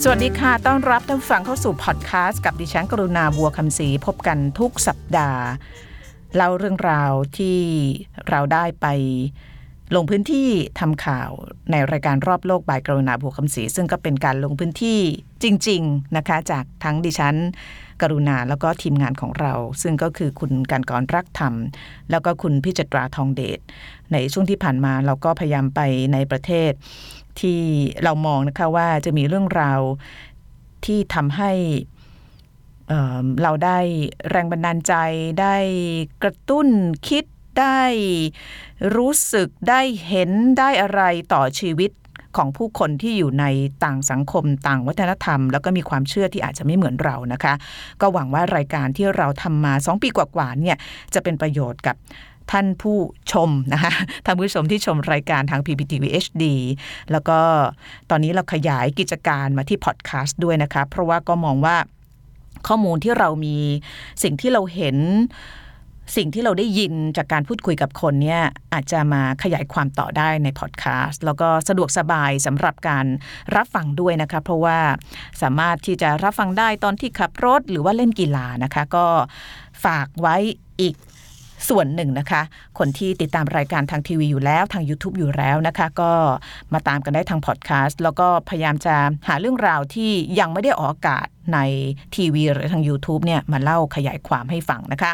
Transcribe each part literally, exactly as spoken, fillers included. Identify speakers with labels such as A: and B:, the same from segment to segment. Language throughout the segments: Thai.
A: วัสดีค่ะต้อนรับท่านฟังเข้าสู่พอดคาสต์กับดิฉันกรุณาบัวคำศรีพบกันทุกสัปดาห์เล่าเรื่องราวที่เราได้ไปลงพื้นที่ทำข่าวในรายการรอบโลกบายกรุณาบัวคำศรีซึ่งก็เป็นการลงพื้นที่จริงๆนะคะจากทั้งดิฉันกรุณาแล้วก็ทีมงานของเราซึ่งก็คือคุณกรกรรักธรรมแล้วก็คุณพิจิตราทองเดชในช่วงที่ผ่านมาเราก็พยายามไปในประเทศที่เรามองนะคะว่าจะมีเรื่องราวที่ทำให้เอ่อเราได้แรงบันดาลใจได้กระตุ้นคิดได้รู้สึกได้เห็นได้อะไรต่อชีวิตของผู้คนที่อยู่ในต่างสังคมต่างวัฒนธรรมแล้วก็มีความเชื่อที่อาจจะไม่เหมือนเรานะคะก็หวังว่ารายการที่เราทำมาสองปีกว่าๆเนี่ยจะเป็นประโยชน์กับท่านผู้ชมนะคะท่านผู้ชมที่ชมรายการทาง พี พี ที วี เอช ดี แล้วก็ตอนนี้เราขยายกิจการมาที่พอดคาสต์ด้วยนะคะเพราะว่าก็มองว่าข้อมูลที่เรามีสิ่งที่เราเห็นสิ่งที่เราได้ยินจากการพูดคุยกับคนเนี่ยอาจจะมาขยายความต่อได้ในพอดคาสต์แล้วก็สะดวกสบายสำหรับการรับฟังด้วยนะคะเพราะว่าสามารถที่จะรับฟังได้ตอนที่ขับรถหรือว่าเล่นกีฬานะคะก็ฝากไว้อีกส่วนหนึ่งนะคะคนที่ติดตามรายการทางทีวีอยู่แล้วทาง YouTube อยู่แล้วนะคะก็มาตามกันได้ทางพอดคาสต์แล้วก็พยายามจะหาเรื่องราวที่ยังไม่ได้ออกอากาศในทีวีหรือทาง YouTube เนี่ยมาเล่าขยายความให้ฟังนะคะ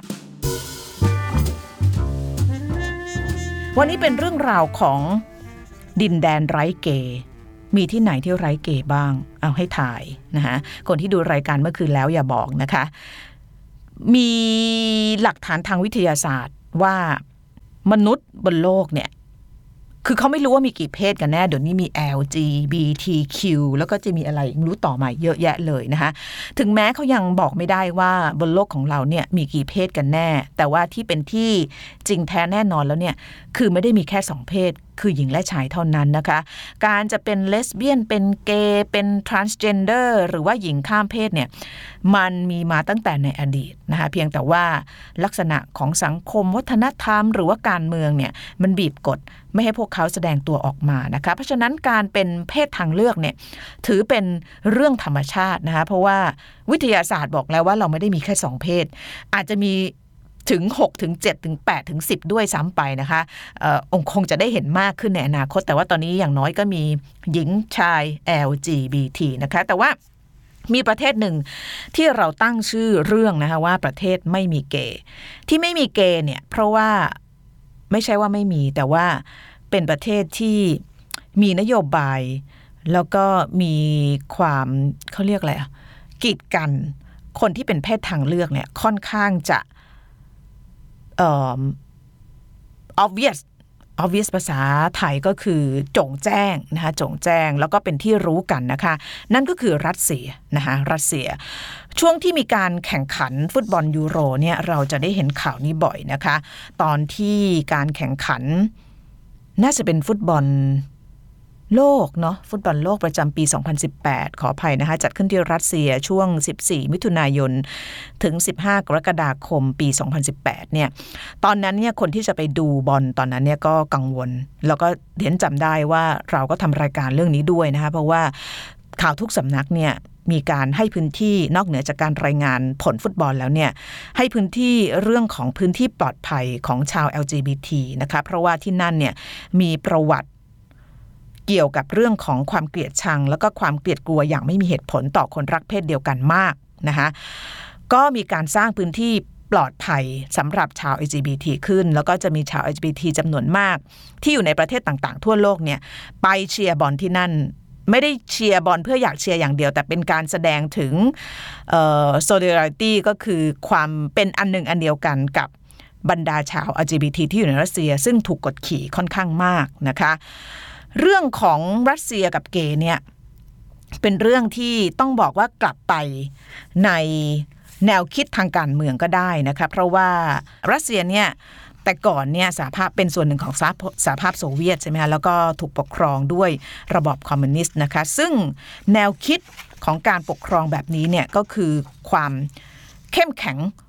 A: วันนี้เป็นเรื่องราวของดินแดนไร้เกย์มีที่ไหนที่ไร้เกย์บ้างเอาให้ถ่ายนะคะคนที่ดูรายการเมื่อคืนแล้วอย่าบอกนะคะมีหลักฐานทางวิทยาศาสตร์ว่ามนุษย์บนโลกเนี่ยคือเขาไม่รู้ว่ามีกี่เพศกันแน่เดี๋ยวนี้มี แอล จี บี ที คิว แล้วก็จะมีอะไรไม่รู้ต่อมาเยอะแยะเลยนะคะถึงแม้เขายังบอกไม่ได้ว่าบนโลกของเราเนี่ยมีกี่เพศกันแน่แต่ว่าที่เป็นที่จริงแท้แน่นอนแล้วเนี่ยคือไม่ได้มีแค่สองเพศคือหญิงและชายเท่านั้นนะคะการจะเป็นเลสเบี้ยนเป็นเกย์เป็นทรานส์เจนเดอร์หรือว่าหญิงข้ามเพศเนี่ยมันมีมาตั้งแต่ในอดีตนะคะเพียงแต่ว่าลักษณะของสังคมวัฒนธรรมหรือว่าการเมืองเนี่ยมันบีบกดไม่ให้พวกเขาแสดงตัวออกมานะคะเพราะฉะนั้นการเป็นเพศทางเลือกเนี่ยถือเป็นเรื่องธรรมชาตินะคะเพราะว่าวิทยาศาสตร์บอกแล้วว่าเราไม่ได้มีแค่สองเพศอาจจะมีถึงหกถึงเจ็ดถึงแปดถึงสิบด้วยซ้ำไปนะคะเอ่อองค์คงจะได้เห็นมากขึ้นในอนาคตแต่ว่าตอนนี้อย่างน้อยก็มีหญิงชาย แอล จี บี ที นะคะแต่ว่ามีประเทศหนึ่งที่เราตั้งชื่อเรื่องนะคะว่าประเทศไม่มีเกย์ที่ไม่มีเกย์เนี่ยเพราะว่าไม่ใช่ว่าไม่มีแต่ว่าเป็นประเทศที่มีนโยบายแล้วก็มีความเขาเรียกอะไรอ่ะกีดกันคนที่เป็นเพศทางเลือกเนี่ยค่อนข้างจะเอ่อ obvious obvious ภาษาไทยก็คือโจ่งแจ้งนะคะโจ่งแจ้งแล้วก็เป็นที่รู้กันนะคะนั่นก็คือรัสเซียนะคะรัสเซียช่วงที่มีการแข่งขันฟุตบอลยูโรเนี่ยเราจะได้เห็นข่าวนี้บ่อยนะคะตอนที่การแข่งขันน่าจะเป็นฟุตบอลโลกเนาะฟุตบอลโลกประจำปีสองพันสิบแปดขออภัยนะคะจัดขึ้นที่รัสเซียช่วงสิบสี่มิถุนายนถึงสิบห้ากรกฎาคมปีสองพันสิบแปดเนี่ยตอนนั้นเนี่ยคนที่จะไปดูบอลตอนนั้นเนี่ยก็กังวลแล้วก็เห็นจำได้ว่าเราก็ทำรายการเรื่องนี้ด้วยนะคะเพราะว่าข่าวทุกสำนักเนี่ยมีการให้พื้นที่นอกเหนือจากการรายงานผลฟุตบอลแล้วเนี่ยให้พื้นที่เรื่องของพื้นที่ปลอดภัยของชาว แอล จี บี ที นะคะเพราะว่าที่นั่นเนี่ยมีประวัติเกี่ยวกับเรื่องของความเกลียดชังแล้วก็ความเกลียดกลัวอย่างไม่มีเหตุผลต่อคนรักเพศเดียวกันมากนะคะก็มีการสร้างพื้นที่ปลอดภัยสำหรับชาว แอล จี บี ที ขึ้นแล้วก็จะมีชาว แอล จี บี ที จำนวนมากที่อยู่ในประเทศต่างๆทั่วโลกเนี่ยไปเชียร์บอลที่นั่นไม่ได้เชียร์บอลเพื่ออยากเชียร์อย่างเดียวแต่เป็นการแสดงถึงเอ่อ solidarity ก็คือความเป็นอันหนึ่งอันเดียวกันกับบรรดาชาว แอล จี บี ที ที่อยู่ในรัสเซียซึ่งถูกกดขี่ค่อนข้างมากนะคะเรื่องของรัสเซียกับเกย์เนี่ยเป็นเรื่องที่ต้องบอกว่ากลับไปในแนวคิดทางการเมืองก็ได้นะคะเพราะว่ารัสเซียเนี่ยแต่ก่อนเนี่ยสหภาพเป็นส่วนหนึ่งของสหภาพโซเวียตใช่ไหมคะแล้วก็ถูกปกครองด้วยระบอบคอมมิวนิสต์นะคะซึ่งแนวคิดของการปกครองแบบนี้เนี่ยก็คือความเข้มแข็ง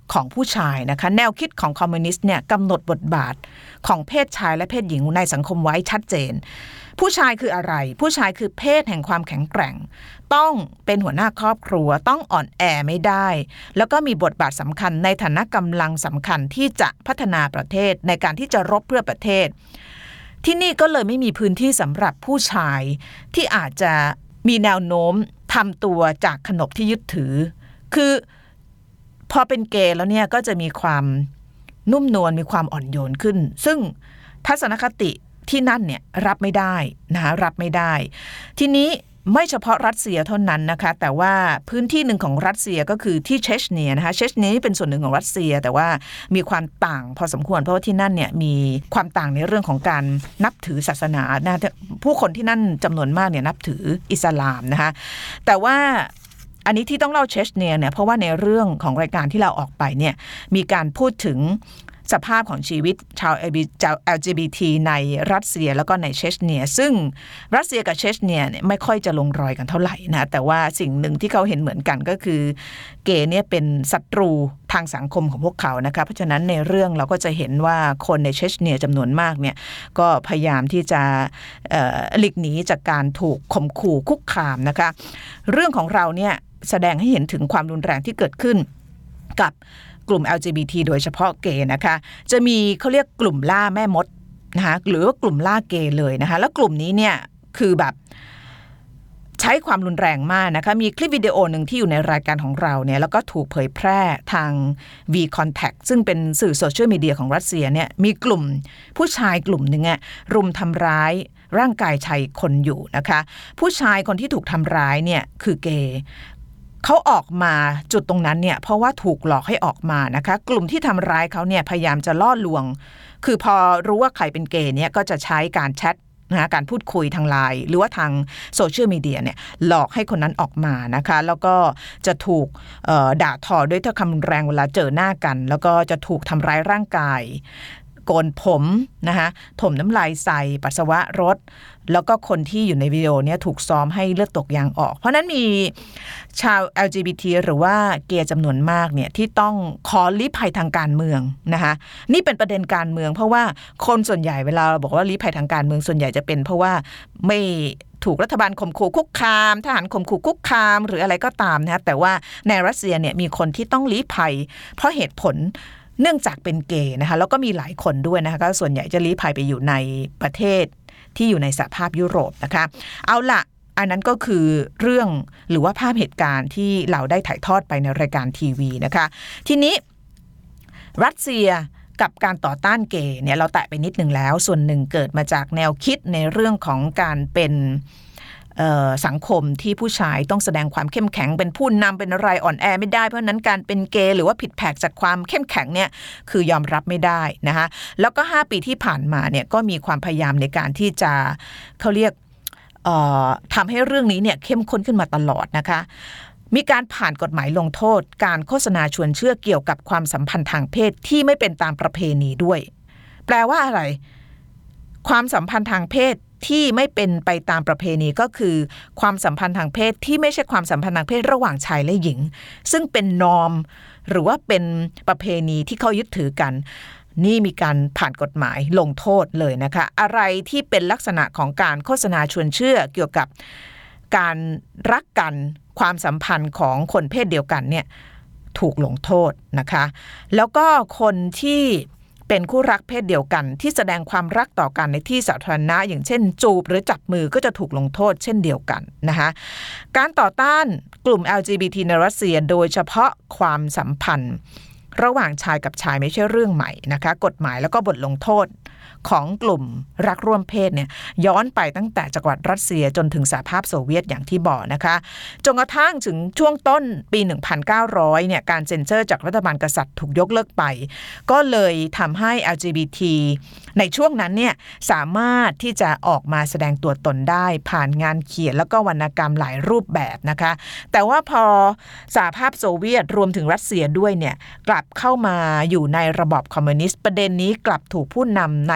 A: ของผู้ชายนะคะแนวคิดของคอมมิวนิสต์เนี่ยกำหนดบทบาทของเพศชายและเพศหญิงในสังคมไว้ชัดเจนผู้ชายคืออะไรผู้ชายคือเพศแห่งความแข็งแกร่งต้องเป็นหัวหน้าครอบครัวต้องอ่อนแอไม่ได้แล้วก็มีบทบาทสำคัญในฐานะกำลังสำคัญที่จะพัฒนาประเทศในการที่จะรบเพื่อประเทศที่นี่ก็เลยไม่มีพื้นที่สำหรับผู้ชายที่อาจจะมีแนวโน้มทำตัวจากขนบที่ยึดถือคือพอเป็นเกย์แล้วเนี่ยก็จะมีความนุ่มนวลมีความอ่อนโยนขึ้นซึ่งทัศนคติที่นั่นเนี่ยรับไม่ได้นะคะรับไม่ได้ทีนี้ไม่เฉพาะรัสเซียเท่านั้นนะคะแต่ว่าพื้นที่หนึ่งของรัสเซียก็คือที่เชชเนียนะคะเชชเนียเป็นส่วนหนึ่งของรัสเซียแต่ว่ามีความต่างพอสมควรเพราะว่าที่นั่นเนี่ยมีความต่างในเรื่องของการนับถือศาสนานะผู้คนที่นั่นจำนวนมากเนี่ยนับถืออิสลามนะคะแต่ว่าอันนี้ที่ต้องเล่าเชชเนียเนี่ยเพราะว่าในเรื่องของรายการที่เราออกไปเนี่ยมีการพูดถึงสภาพของชีวิตชาว แอล จี บี ที ในรัสเซียแล้วก็ในเชชเนียซึ่งรัสเซียกับเชชเนียเนี่ยไม่ค่อยจะลงรอยกันเท่าไหร่นะแต่ว่าสิ่งหนึ่งที่เขาเห็นเหมือนกันก็คือเกย์เนี่ยเป็นศัตรูทางสังคมของพวกเขานะคะเพราะฉะนั้นในเรื่องเราก็จะเห็นว่าคนในเชชเนียจำนวนมากเนี่ยก็พยายามที่จะหลีกหนีจากการถูกข่มขู่คุกคามนะคะเรื่องของเราเนี่ยแสดงให้เห็นถึงความรุนแรงที่เกิดขึ้นกับกลุ่ม แอล จี บี ที โดยเฉพาะเกย์นะคะจะมีเขาเรียกกลุ่มล่าแม่มดนะคะหรือว่ากลุ่มล่าเกย์เลยนะคะแล้วกลุ่มนี้เนี่ยคือแบบใช้ความรุนแรงมากนะคะมีคลิปวิดีโอหนึ่งที่อยู่ในรายการของเราเนี่ยแล้วก็ถูกเผยแพร่ทาง V-Contact ซึ่งเป็นสื่อโซเชียลมีเดียของรัสเซียเนี่ยมีกลุ่มผู้ชายกลุ่มหนึ่งอะรุมทำร้ายร่างกายชายคนอยู่นะคะผู้ชายคนที่ถูกทำร้ายเนี่ยคือเกย์เขาออกมาจุดตรงนั้นเนี่ยเพราะว่าถูกหลอกให้ออกมานะคะกลุ่มที่ทำร้ายเขาเนี่ยพยายามจะล่อลวงคือพอรู้ว่าใครเป็นเกย์เนี่ยก็จะใช้การแชทนะการพูดคุยทางไลน์หรือว่าทางโซเชียลมีเดียเนี่ยหลอกให้คนนั้นออกมานะคะแล้วก็จะถูกด่าทอด้วยถ้อยคำรุนแรงเวลาเจอหน้ากันแล้วก็จะถูกทำร้ายร่างกายโกนผมนะคะถมน้ำลายใส่ปัสสาวะรถแล้วก็คนที่อยู่ในวิดีโอนี้ถูกซ้อมให้เลือดตกยางออกเพราะนั้นมีชาว แอล จี บี ที หรือว่าเกย์จำนวนมากเนี่ยที่ต้องขอลี้ภัยทางการเมืองนะคะนี่เป็นประเด็นการเมืองเพราะว่าคนส่วนใหญ่เวลาเราบอกว่าลี้ภัยทางการเมืองส่วนใหญ่จะเป็นเพราะว่าไม่ถูกรัฐบาลข่มขู่คุกคามทหารข่มขู่คุกคามหรืออะไรก็ตามนะคะแต่ว่าในรัสเซียเนี่ยมีคนที่ต้องลี้ภัยเพราะเหตุผลเนื่องจากเป็นเกย์นะคะแล้วก็มีหลายคนด้วยนะคะก็ส่วนใหญ่จะลี้ภัยไปอยู่ในประเทศที่อยู่ในสหภาพยุโรปนะคะเอาล่ะอันนั้นก็คือเรื่องหรือว่าภาพเหตุการณ์ที่เราได้ถ่ายทอดไปในรายการทีวีนะคะทีนี้รัสเซียกับการต่อต้านเกย์เนี่ยเราแตะไปนิดนึงแล้วส่วนหนึ่งเกิดมาจากแนวคิดในเรื่องของการเป็นสังคมที่ผู้ชายต้องแสดงความเข้มแข็งเป็นผู้นำเป็นอะไรอ่อนแอไม่ได้เพราะนั้นการเป็นเกย์หรือว่าผิดแผกจากความเข้มแข็งเนี่ยคือยอมรับไม่ได้นะคะแล้วก็ห้าปีที่ผ่านมาเนี่ยก็มีความพยายามในการที่จะเขาเรียกทำให้เรื่องนี้เนี่ยเข้มข้นขึ้นมาตลอดนะคะมีการผ่านกฎหมายลงโทษการโฆษณาชวนเชื่อเกี่ยวกับความสัมพันธ์ทางเพศที่ไม่เป็นตามประเพณีด้วยแปลว่าอะไรความสัมพันธ์ทางเพศที่ไม่เป็นไปตามประเพณีก็คือความสัมพันธ์ทางเพศที่ไม่ใช่ความสัมพันธ์ทางเพศระหว่างชายและหญิงซึ่งเป็นนอร์มหรือว่าเป็นประเพณีที่เขายึดถือกันนี่มีการผ่านกฎหมายลงโทษเลยนะคะอะไรที่เป็นลักษณะของการโฆษณาชวนเชื่อเกี่ยวกับการรักกันความสัมพันธ์ของคนเพศเดียวกันเนี่ยถูกลงโทษนะคะแล้วก็คนที่เป็นคู่รักเพศเดียวกันที่แสดงความรักต่อกันในที่สาธารณะอย่างเช่นจูบหรือจับมือก็จะถูกลงโทษเช่นเดียวกันนะคะการต่อต้านกลุ่ม แอล จี บี ที ในรัสเซียโดยเฉพาะความสัมพันธ์ระหว่างชายกับชายไม่ใช่เรื่องใหม่นะคะกฎหมายแล้วก็บทลงโทษของกลุ่มรักร่วมเพศเนี่ยย้อนไปตั้งแต่จักรวรรดิรัสเซียจนถึงสหภาพโซเวียตอย่างที่บอกนะคะจนกระทั่งถึงช่วงต้นปีหนึ่งพันเก้าร้อยเนี่ยการเซ็นเซอร์จากรัฐบาลกษัตริย์ถูกยกเลิกไปก็เลยทำให้ แอล จี บี ที ในช่วงนั้นเนี่ยสามารถที่จะออกมาแสดงตัวตนได้ผ่านงานเขียนแล้วก็วรรณกรรมหลายรูปแบบนะคะแต่ว่าพอสหภาพโซเวียตรวมถึงรัสเซียด้วยเนี่ยกลับเข้ามาอยู่ในระบอบคอมมิวนิสต์ประเด็นนี้กลับถูกผู้นำใน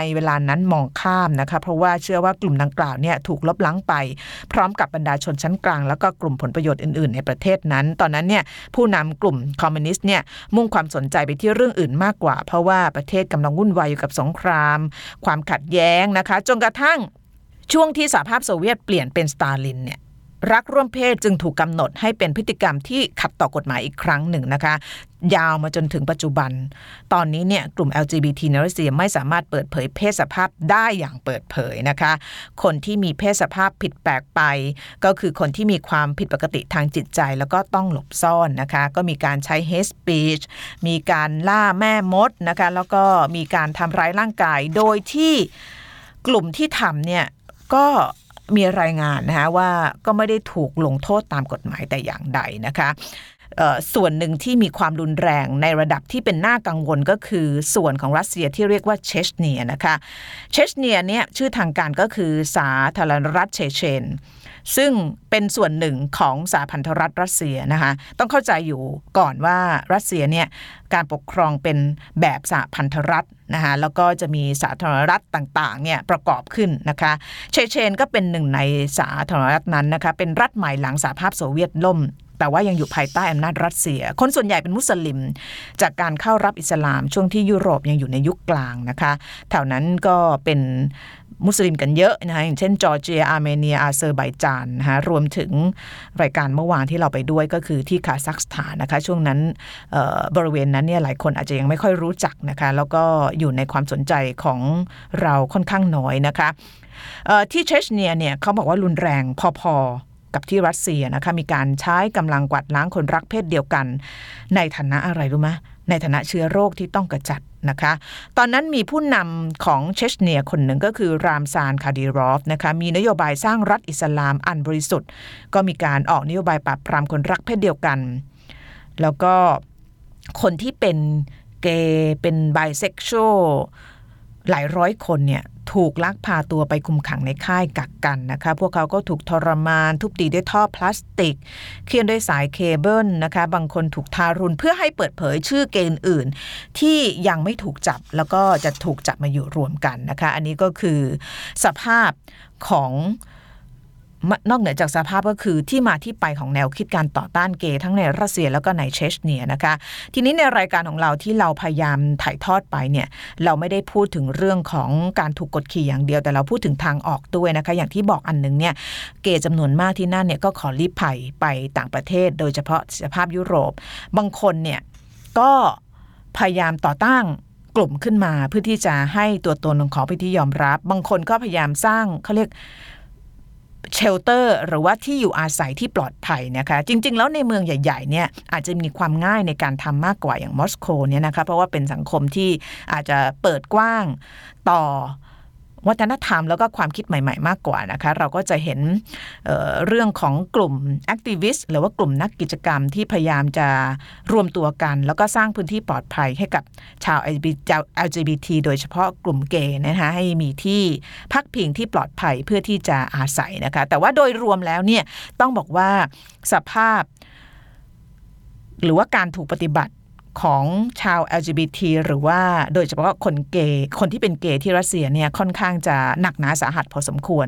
A: เวลานั้นมองข้ามนะคะเพราะว่าเชื่อว่ากลุ่มดังกล่าวเนี่ยถูกลบล้างไปพร้อมกับบรรดาชนชั้นกลางแล้วก็กลุ่มผลประโยชน์อื่นๆในประเทศนั้นตอนนั้นเนี่ยผู้นำกลุ่มคอมมิวนิสต์เนี่ยมุ่งความสนใจไปที่เรื่องอื่นมากกว่าเพราะว่าประเทศกำลังวุ่นวายอยู่กับสงครามความขัดแย้งนะคะจนกระทั่งช่วงที่สหภาพโซเวียตเปลี่ยนเป็นสตาลินเนี่ยรักร่วมเพศจึงถูกกำหนดให้เป็นพฤติกรรมที่ขัดต่อกฎหมายอีกครั้งหนึ่งนะคะยาวมาจนถึงปัจจุบันตอนนี้เนี่ยกลุ่ม แอล จี บี ที ในรัสเซียไม่สามารถเปิดเผยเพศสภาพได้อย่างเปิดเผยนะคะคนที่มีเพศสภาพผิดแปลกไปก็คือคนที่มีความผิดปกติทางจิตใจแล้วก็ต้องหลบซ่อนนะคะก็มีการใช้ hate speech มีการล่าแม่มดนะคะแล้วก็มีการทำร้ายร่างกายโดยที่กลุ่มที่ทำเนี่ยก็มีรายงานนะคะว่าก็ไม่ได้ถูกลงโทษตามกฎหมายแต่อย่างใดนะคะส่วนหนึ่งที่มีความรุนแรงในระดับที่เป็นน่ากังวลก็คือส่วนของรัสเซียที่เรียกว่าเชชเนียนะคะเชชเนียเนี่ยชื่อทางการก็คือสาธารณรัฐเชเชนซึ่งเป็นส่วนหนึ่งของสหพันธรัฐรัสเซียนะคะต้องเข้าใจอยู่ก่อนว่ารัสเซียเนี่ยการปกครองเป็นแบบสหพันธรัฐนะคะแล้วก็จะมีสาธารณรัฐต่างๆเนี่ยประกอบขึ้นนะคะเชเชนก็เป็นหนึ่งในสาธารณรัฐนั้นนะคะเป็นรัฐใหม่หลังสหภาพโซเวียตล่มแต่ว่ายังอยู่ภายใต้อำนาจรัสเซียคนส่วนใหญ่เป็นมุสลิมจากการเข้ารับอิสลามช่วงที่ยุโรปยังอยู่ในยุคกลางนะคะแถวนั้นก็เป็นมุสลิมกันเยอะนะคะอย่างเช่นจอร์เจียอาร์เมเนียอาเซอร์ไบจานนะคะรวมถึงรายการเมื่อวานที่เราไปด้วยก็คือที่คาซัคสถานนะคะช่วงนั้นบริเวณนั้นเนี่ยหลายคนอาจจะยังไม่ค่อยรู้จักนะคะแล้วก็อยู่ในความสนใจของเราค่อนข้างน้อยนะคะที่เชชเนียเนี่ยเขาบอกว่ารุนแรงพอๆกับที่รัสเซียนะคะมีการใช้กำลังกวาดล้างคนรักเพศเดียวกันในฐานะอะไรรู้ไหมในฐานะเชื้อโรคที่ต้องกระจัดนะคะตอนนั้นมีผู้นำของเชชเนียคนหนึ่งก็คือรามซานคาดิรอฟนะคะมีนโยบายสร้างรัฐอิสลามอันบริสุทธิ์ก็มีการออกนโยบายปราบปรามคนรักเพศเดียวกันแล้วก็คนที่เป็นเกย์เป็นไบเซ็กชวลหลายร้อยคนเนี่ยถูกลักพาตัวไปคุมขังในค่ายกักกันนะคะพวกเขาก็ถูกทรมานทุบตีด้วยท่อพลาสติกเคี่ยนด้วยสายเคเบิลนะคะบางคนถูกทารุณเพื่อให้เปิดเผยชื่อเกณฑ์อื่นที่ยังไม่ถูกจับแล้วก็จะถูกจับมาอยู่รวมกันนะคะอันนี้ก็คือสภาพของนอกเหนือจากสภาพก็คือที่มาที่ไปของแนวคิดการต่อต้านเกย์ทั้งในรัสเซียแล้วก็ในเชชเนียนะคะทีนี้ในรายการของเราที่เราพยายามถ่ายทอดไปเนี่ยเราไม่ได้พูดถึงเรื่องของการถูกกดขี่อย่างเดียวแต่เราพูดถึงทางออกด้วยนะคะอย่างที่บอกอันนึงเนี่ยเกย์จำนวนมากที่นั่นเนี่ยก็ขอลี้ภัยไปต่างประเทศโดยเฉพาะสภาพยุโรปบางคนเนี่ยก็พยายามต่อต้านกลุ่มขึ้นมาเพื่อที่จะให้ตัวตนของเขาเป็นที่ยอมรับบางคนก็พยายามสร้างเขาเรียกเชลเตอร์หรือว่าที่อยู่อาศัยที่ปลอดภัยนะคะจริงๆแล้วในเมืองใหญ่ๆเนี่ยอาจจะมีความง่ายในการทำมากกว่าอย่างมอสโกเนี่ยนะคะเพราะว่าเป็นสังคมที่อาจจะเปิดกว้างต่อวัฒนธรรมแล้วก็ความคิดใหม่ๆมากกว่านะคะเราก็จะเห็น เอ่อ เรื่องของกลุ่มแอคทิวิสต์หรือว่ากลุ่มนักกิจกรรมที่พยายามจะรวมตัวกันแล้วก็สร้างพื้นที่ปลอดภัยให้กับชาว แอล จี บี ที โดยเฉพาะกลุ่มเกย์นะคะให้มีที่พักพิงที่ปลอดภัยเพื่อที่จะอาศัยนะคะแต่ว่าโดยรวมแล้วเนี่ยต้องบอกว่าสภาพหรือว่าการถูกปฏิบัติของชาว แอล จี บี ที หรือว่าโดยเฉพาะคนเกย์คนที่เป็นเกย์ที่รัสเซียเนี่ยค่อนข้างจะหนักหนาสาหัสพอสมควร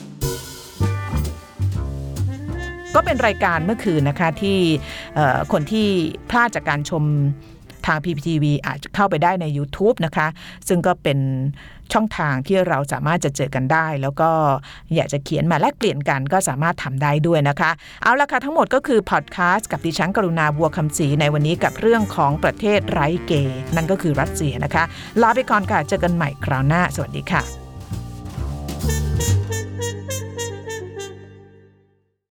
A: ก็เป็นรายการเมื่อคืนนะคะที่คนที่พลาดจากการชมทาง พี พี ที วี อาจจะเข้าไปได้ใน YouTube นะคะซึ่งก็เป็นช่องทางที่เราสามารถจะเจอกันได้แล้วก็อยากจะเขียนมาแลกเปลี่ยนกันก็สามารถทำได้ด้วยนะคะเอาละค่ะทั้งหมดก็คือพอดแคสต์กับดิฉันกรุณาบัวคำศรีในวันนี้กับเรื่องของประเทศไร้เกย์นั่นก็คือรัสเซียนะคะลาไปก่อนค่ะเจอกันใหม่คราวหน้าสวัสดีค่ะ